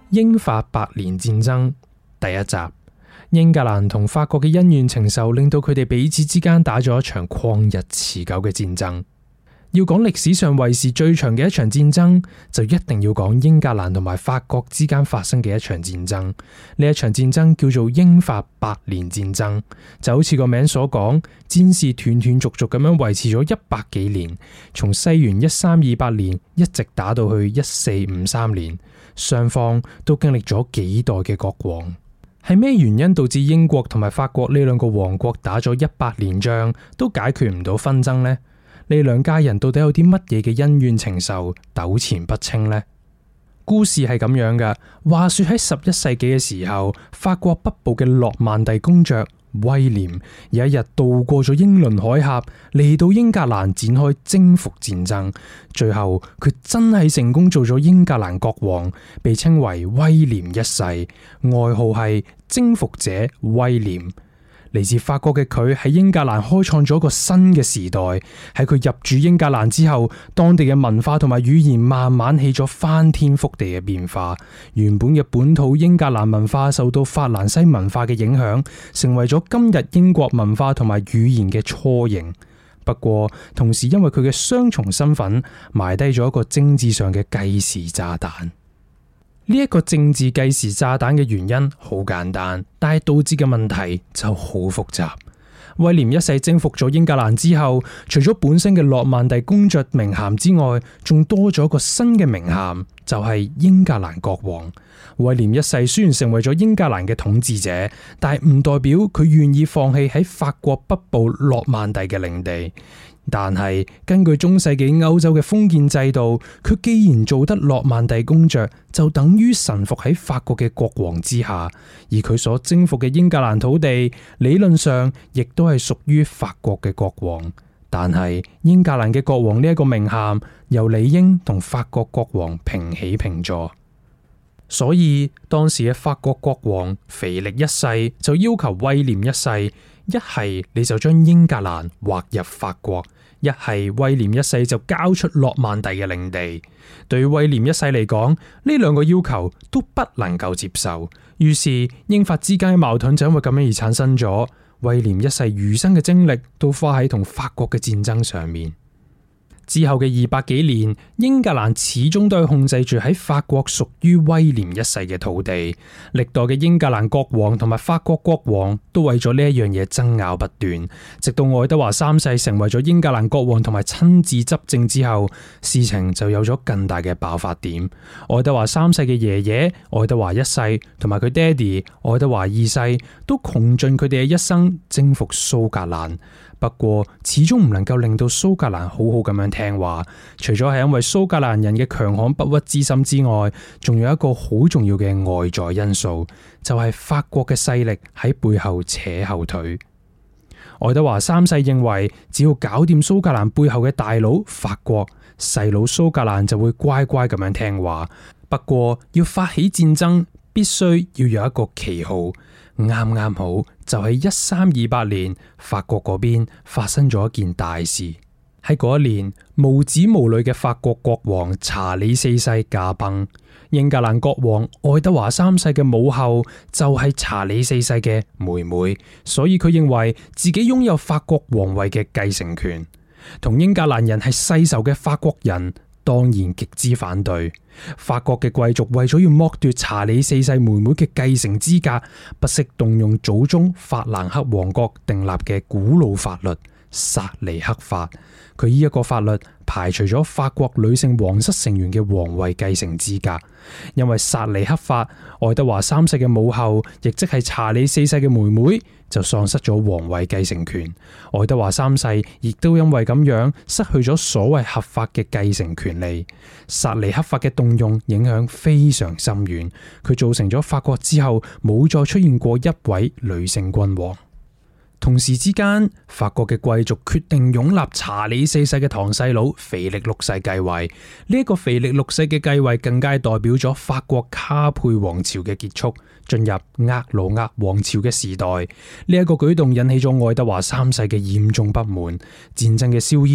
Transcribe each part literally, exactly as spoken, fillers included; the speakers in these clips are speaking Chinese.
英法百年戰爭第一集。英格蘭同法國嘅恩怨情仇令到佢哋彼此之間打咗一場曠日持久嘅戰爭。要講歷史上維持最長嘅一場戰爭，就一定要講英格蘭同埋法國之間發生嘅一場戰爭。呢一場戰爭叫做英法百年戰爭，就好似個名所講，戰事斷斷續續咁樣維持咗一百幾年，從西元一三二八年一直打到去一四五三年，雙方都經歷咗幾代嘅國王。係咩原因導致英國同埋法國呢兩個王國打咗一百年仗都解決唔到紛爭呢？呢兩家人到底有啲乜嘢嘅恩怨情仇糾纏不清呢？故事係咁樣嘅，話說喺十一世紀嘅時候，法國北部嘅諾曼第公爵威廉有一日渡過咗英倫海峽，嚟到英格蘭展開征服戰爭，最後佢真係成功做咗英格蘭國王，被稱為威廉一世，外號係征服者威廉。嚟自法國嘅佢喺英格蘭開創咗一個新嘅時代。喺佢入主英格蘭之後，當地嘅文化同埋語言慢慢起咗翻天覆地嘅變化。原本嘅本土英格蘭文化受到法蘭西文化嘅影響，成為咗今日英國文化同埋語言嘅雛形。不過同時因為佢嘅雙重身份，埋低咗一個政治上嘅計時炸彈。呢一個政治計時炸彈嘅原因好簡單，但係導致嘅問題就好複雜。威廉一世征服咗英格蘭之後，除咗本身嘅諾曼第公爵名銜之外，仲多咗一個新嘅名銜，就係英格蘭國王。威廉一世雖然成為咗英格蘭嘅統治者，但係唔代表佢願意放棄喺法國北部諾曼第嘅領地。但係根據中世紀歐洲嘅封建制度，佢既然做得諾曼第公爵，就等於臣服喺法國嘅國王之下，而佢所征服嘅英格蘭土地，理論上亦都係屬於法國嘅國王。但係英格蘭嘅國王呢一個名銜，又理應同法國國王平起平坐。所以當時嘅法國國王腓力一世就要求威廉一世，一係你就將英格蘭劃入法國，一係威廉一世就交出諾曼第嘅領地。對於威廉一世嚟講，呢兩個要求都不能夠接受，於是英法之間嘅矛盾就因為咁樣而產生咗。威廉一世餘生嘅精力都花喺同法國嘅戰爭上面。之後嘅二百幾年，英格蘭始終都係控制住喺法國屬於威廉一世嘅土地。歷代嘅英格蘭國王同埋法國國王都為咗呢一樣嘢爭拗不斷，直到愛德華三世成為咗英格蘭國王同埋親自執政之後，事情就有咗更大嘅爆發點。愛德華三世嘅爺爺愛德華一世同埋佢爹哋愛德華二世都窮盡佢哋嘅一生征服蘇格蘭。不過始終唔能夠令到蘇格蘭好好咁樣聽話，除咗係因為蘇格蘭人嘅強悍不屈之心之外，仲有一個好重要嘅外在因素，就係法國嘅勢力喺背後扯後腿。愛德華三世認為，只要搞掂蘇格蘭背後嘅大佬法國，細佬蘇格蘭就會乖乖咁樣聽話。不過要發起戰爭，必須要有一個旗號。啱啱好就喺一三二八年，法國嗰邊發生咗一件大事。喺嗰一年，無子無女嘅法國國王查理四世駕崩。英格蘭國王愛德華三世嘅母后就係查理四世嘅妹妹，所以佢認為自己擁有法國皇位嘅繼承權。同英格蘭人係世仇嘅法國人當然極之反對。法國嘅貴族為咗要剝奪查理四世妹妹嘅繼承資格，不惜動用祖宗法蘭克王國訂立嘅古老法律薩尼克法。佢呢一個法律排除咗法國女性皇室成員嘅皇位繼承資格。因為薩尼克法，愛德華三世嘅母后，亦即係查理四世嘅妹妹，就喪失咗皇位繼承權。愛德華三世亦都因為咁樣失去咗所謂合法嘅繼承權利。薩尼克法嘅動用影響非常深遠，佢造成咗法國之後冇再出現過一位女性君王。同時之間，法國嘅貴族決定擁立查理四世嘅堂細佬腓力六世繼位。呢、這、一個腓力六世嘅繼位更加代表咗法國卡佩王朝嘅結束，進入厄魯厄王朝嘅時代。呢、這、一個舉動引起咗愛德華三世嘅嚴重不滿。戰爭嘅硝煙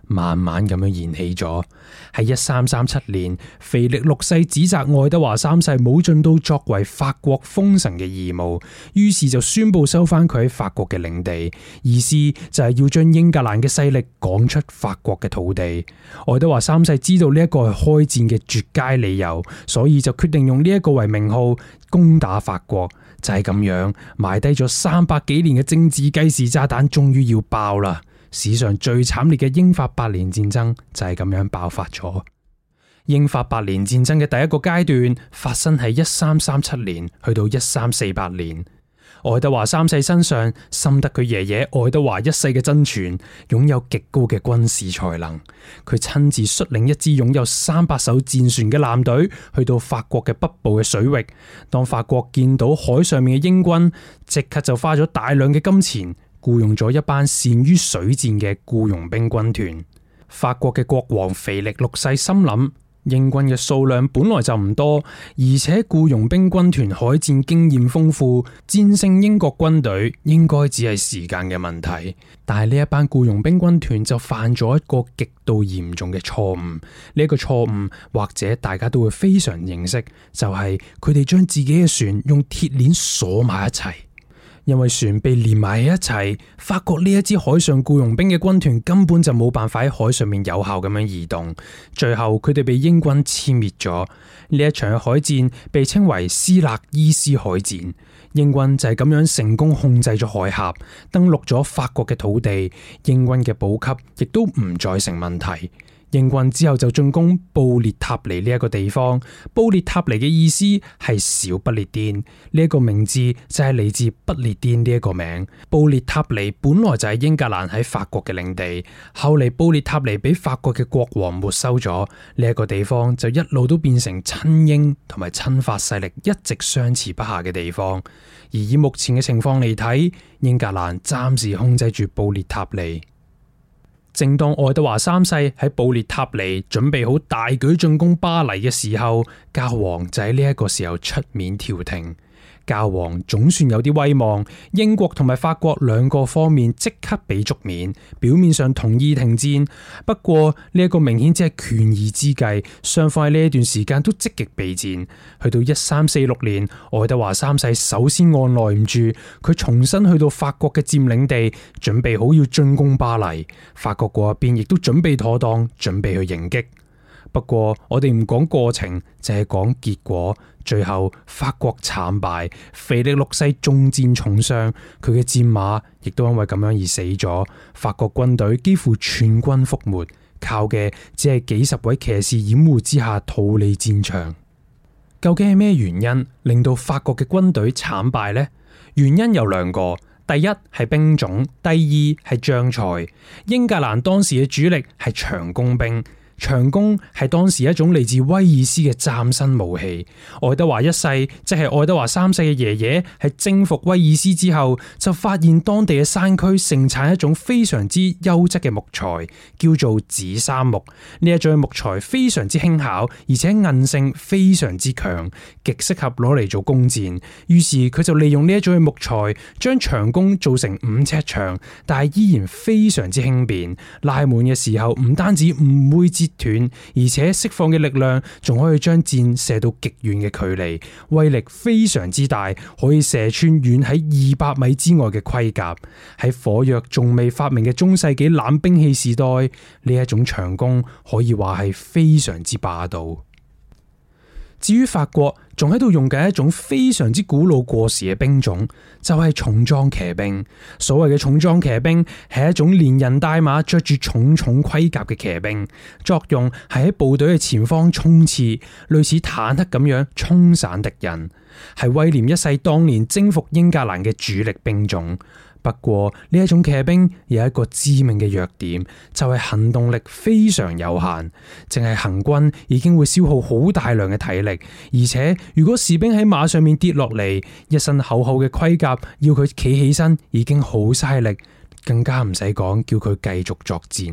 慢慢咁樣燃起咗。喺一三三七年，腓力六世指責愛德華三世冇盡到作為法國封臣嘅義務，於是就宣布收翻佢喺法國嘅領地，意思就係要將英格蘭嘅勢力趕出法國嘅土地。愛德華三世知道呢一個係開戰嘅絕佳理由，所以就決定用呢一個為名號攻打法國。就係咁樣，埋低咗三百幾年嘅政治計時炸彈終於要爆啦！史上最慘烈嘅英法百年戰爭就係咁樣爆發咗。英法百年戰爭嘅第一個階段發生喺一三三七年，去到一三四八年。愛德華三世身上深得佢爺爺愛德華一世嘅真傳，擁有極高嘅軍事才能。佢親自率領一支擁有三百艘戰船嘅艦隊，去到法國嘅北部嘅水域。當法國見到海上面嘅英軍，即刻就花咗大量嘅金錢，僱傭咗一班善於水戰嘅僱傭兵軍團。法國嘅國王腓力六世心諗，英軍嘅數量本來就唔多，而且僱傭兵軍團海戰經驗豐富，戰勝英國軍隊應該只係時間嘅問題。但係呢一班僱傭兵軍團就犯咗一個極度嚴重嘅錯誤。呢一個錯誤或者大家都會非常認識，就係佢哋將自己嘅船用鐵鏈鎖埋一齊。因為船被連埋喺一齊，法國呢一支海上僱傭兵嘅軍團根本就冇辦法喺海上面有效咁樣移動，最後佢哋被英軍殲滅咗。呢一場嘅海戰被稱為斯勒伊斯海戰，英軍就係咁樣成功控制咗海峽，登陸咗法國嘅土地，英軍嘅補給亦都唔再成問題。英軍之後就進攻布列塔尼呢一個地方，布列塔尼嘅意思係小不列顛，呢一個名字就係嚟自不列顛呢一個名。布列塔尼本來就係英格蘭喺法國嘅領地，後嚟布列塔尼俾法國嘅國王沒收咗，呢一個地方就一路都變成親英同埋親法勢力一直相持不下嘅地方。而以目前嘅情況嚟睇，英格蘭暫時控制住布列塔尼。正當愛德華三世喺布列塔尼準備好大舉進攻巴黎嘅時候，教皇就喺呢一個時候出面調停。教皇總算有啲威望，英國同埋法國兩個方面即刻俾足面，表面上同意停戰。不過呢一個明顯只係權宜之計，雙方喺呢一段時間都積極備戰。去到一三四六年，愛德華三世首先按耐唔住，佢重新去到法國嘅佔領地，準備好要進攻巴黎。法國嗰邊亦都準備妥當，準備去迎擊。不過我哋唔講過程，就係講結果。最後法國慘敗，腓力六世中箭重傷，佢嘅戰馬亦都因為咁樣而死咗。法國軍隊幾乎全軍覆沒，靠嘅只係幾十位騎士掩護之下逃離戰場。究竟係咩原因令到法國嘅軍隊慘敗呢？原因有兩個，第一係兵種，第二係將才。英格蘭當時嘅主力係長弓兵。長弓係當時一種嚟自威爾斯嘅嶄新武器。愛德華一世，即係愛德華三世嘅爺爺，喺征服威爾斯之後，就發現當地嘅山區盛產一種非常之優質嘅木材，叫做紫杉木。呢一種木材非常之輕巧，而且韌性非常之強，極適合攞嚟做弓箭。於是佢就利用呢一種嘅木材，將長弓做成五尺長，但係依然非常之輕便。拉滿嘅時候，唔單止唔會折斷，而且釋放嘅力量仲可以將箭射到極遠嘅距離，威力非常之大，可以射穿遠喺二百米之外嘅盔甲。喺火藥仲未發明嘅中世紀冷兵器時代，呢一種長弓可以話係非常之霸道。至於法國仲喺度用緊一種非常之古老過時嘅兵種，就係重裝騎兵。所謂嘅重裝騎兵係一種連人帶馬着住重重盔甲嘅騎兵，作用係喺部隊嘅前方衝刺，類似坦克咁樣沖散敵人，係威廉一世當年征服英格蘭嘅主力兵種。不過呢一種騎兵有一個致命嘅弱點，就係行動力非常有限，淨係行軍已經會消耗好大量嘅體力，而且如果士兵喺馬上面跌落嚟，一身厚厚嘅盔甲要佢企起身已經好嘥力，更加唔使講叫佢繼續作戰。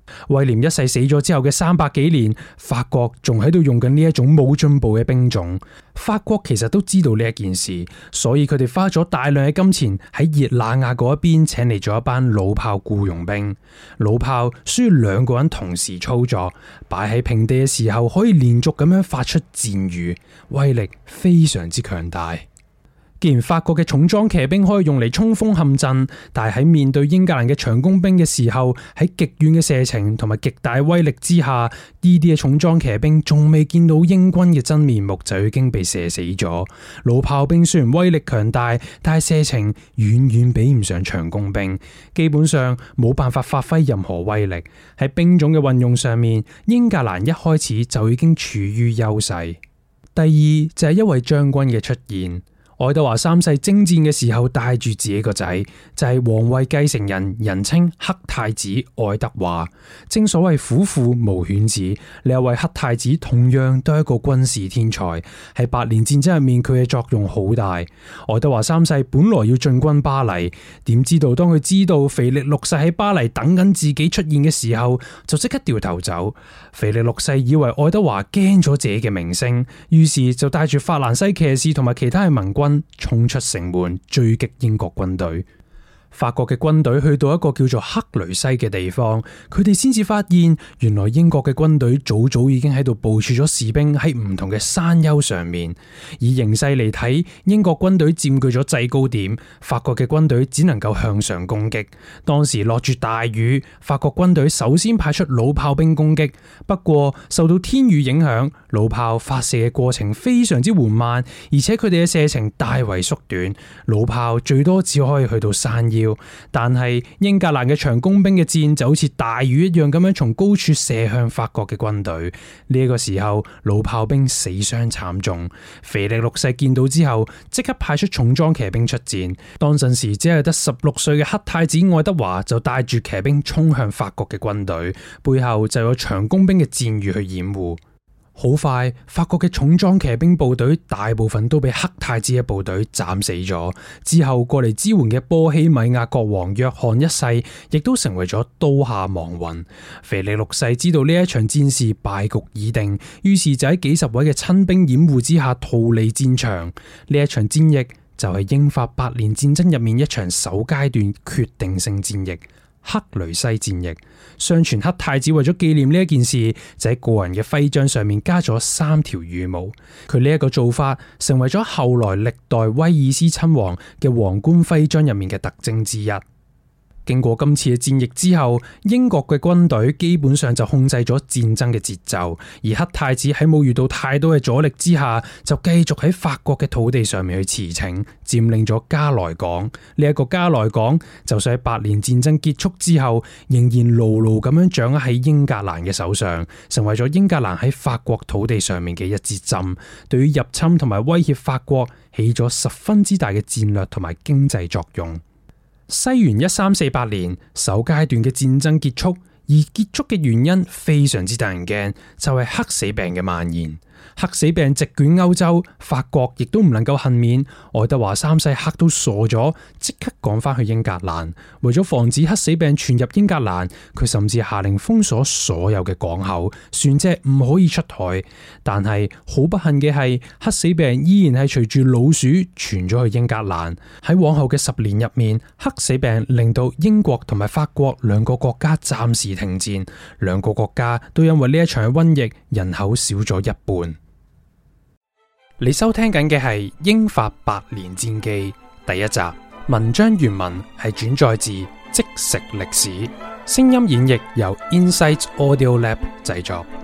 威廉一世死咗之後嘅三百幾年，法國仲喺度用緊呢一種冇進步嘅兵種。法國其實都知道呢一件事，所以佢哋花咗大量嘅金錢喺熱那亞嗰一邊請嚟咗一班老炮僱傭兵。老炮需要兩個人同時操作，擺喺平地嘅時候可以連續咁樣發出箭雨，威力非常之強大。既然法國嘅重裝騎兵可以用嚟衝鋒陷陣，但係喺面對英格蘭嘅長弓兵嘅時候，喺極遠嘅射程同埋極大威力之下，呢啲嘅重裝騎兵仲未見到英軍嘅真面目就已經被射死咗。老炮兵雖然威力強大，但係射程遠遠比唔上長弓兵，基本上冇辦法發揮任何威力。喺兵種嘅運用上面，英格蘭一開始就已經處於優勢。第二就係一位將軍嘅出現。愛德華三世征戰嘅時候帶住自己個仔，就係皇位繼承人，人稱黑太子愛德華。正所謂虎父無犬子，呢一位黑太子同樣都係一個軍事天才。喺八年戰爭入面，佢嘅作用好大。愛德華三世本來要進軍巴黎，點知道當佢知道腓力六世喺巴黎等緊自己出現嘅時候，就即刻掉頭走。腓力六世以為愛德華驚咗自己嘅名聲，於是就帶住法蘭西騎士同埋其他嘅盟軍衝出城門追擊英國軍隊。法國嘅軍隊去到一個叫做克雷西嘅地方，佢哋先至發現原來英國嘅軍隊早早已經喺度部署咗士兵喺唔同嘅山丘上面。以形勢嚟睇，英國軍隊佔據咗制高點，法國嘅軍隊只能夠向上攻擊。當時落住大雨，法國軍隊首先派出老炮兵攻擊，不過受到天雨影響，老炮發射嘅過程非常之緩慢，而且佢哋嘅射程大為縮短，老炮最多只可以去到山腰。但係英格蘭嘅長弓兵嘅箭就好似大雨一樣咁樣從高處射向法國嘅軍隊。呢個時候，老炮兵死傷慘重。腓力六世見到之後，即刻派出重裝騎兵出戰。當陣時只係得十六歲嘅黑太子愛德華就帶住騎兵衝向法國嘅軍隊，背後就有長弓兵嘅箭雨去掩護。好快，法國嘅重裝騎兵部隊大部分都被黑太子嘅部隊斬死咗。之後過嚟支援嘅波希米亞國王約翰一世，亦都成為咗刀下亡魂。腓力六世知道呢一場戰事敗局已定，於是就喺幾十位嘅親兵掩護之下逃離戰場。呢一場戰役就係英法八年戰爭入面一場首階段決定性戰役。克雷西戰役，相傳黑太子為咗紀念呢一件事，就喺個人嘅徽章上面加咗三條羽毛。佢呢一個做法，成為咗後來歷代威爾斯親王嘅皇冠徽章入面嘅特徵之一。經過今次嘅戰役之後，英國嘅軍隊基本上就控制咗戰爭嘅節奏，而黑太子喺冇遇到太多嘅阻力之下，就繼續喺法國嘅土地上面去馳騁，佔領咗加萊港。呢、這、一個加萊港，就算喺八年戰爭結束之後，仍然牢牢咁樣掌握喺英格蘭嘅手上，成為咗英格蘭喺法國土地上面嘅一支針，對於入侵同埋威脅法國起咗十分之大嘅戰略同埋經濟作用。西元一三四八年，首階段嘅戰爭結束，而結束嘅原因非常之得人驚，就係黑死病嘅蔓延。黑死病席捲歐洲，法國亦都唔能夠幸免。愛德華三世嚇到傻咗，即刻趕翻去英格蘭。為咗防止黑死病傳入英格蘭，佢甚至下令封鎖所有嘅港口，船隻唔可以出海。但係好不幸嘅係，黑死病依然係隨住老鼠傳咗去英格蘭。喺往後嘅十年入面，黑死病令到英國同埋法國兩個國家暫時停戰，兩個國家都因為呢一場嘅瘟疫，人口少咗一半。你收聽緊嘅係《英法百年戰記》第一集，文章原文係轉載自即食歷史，聲音演繹由 Insight Audio Lab 製作。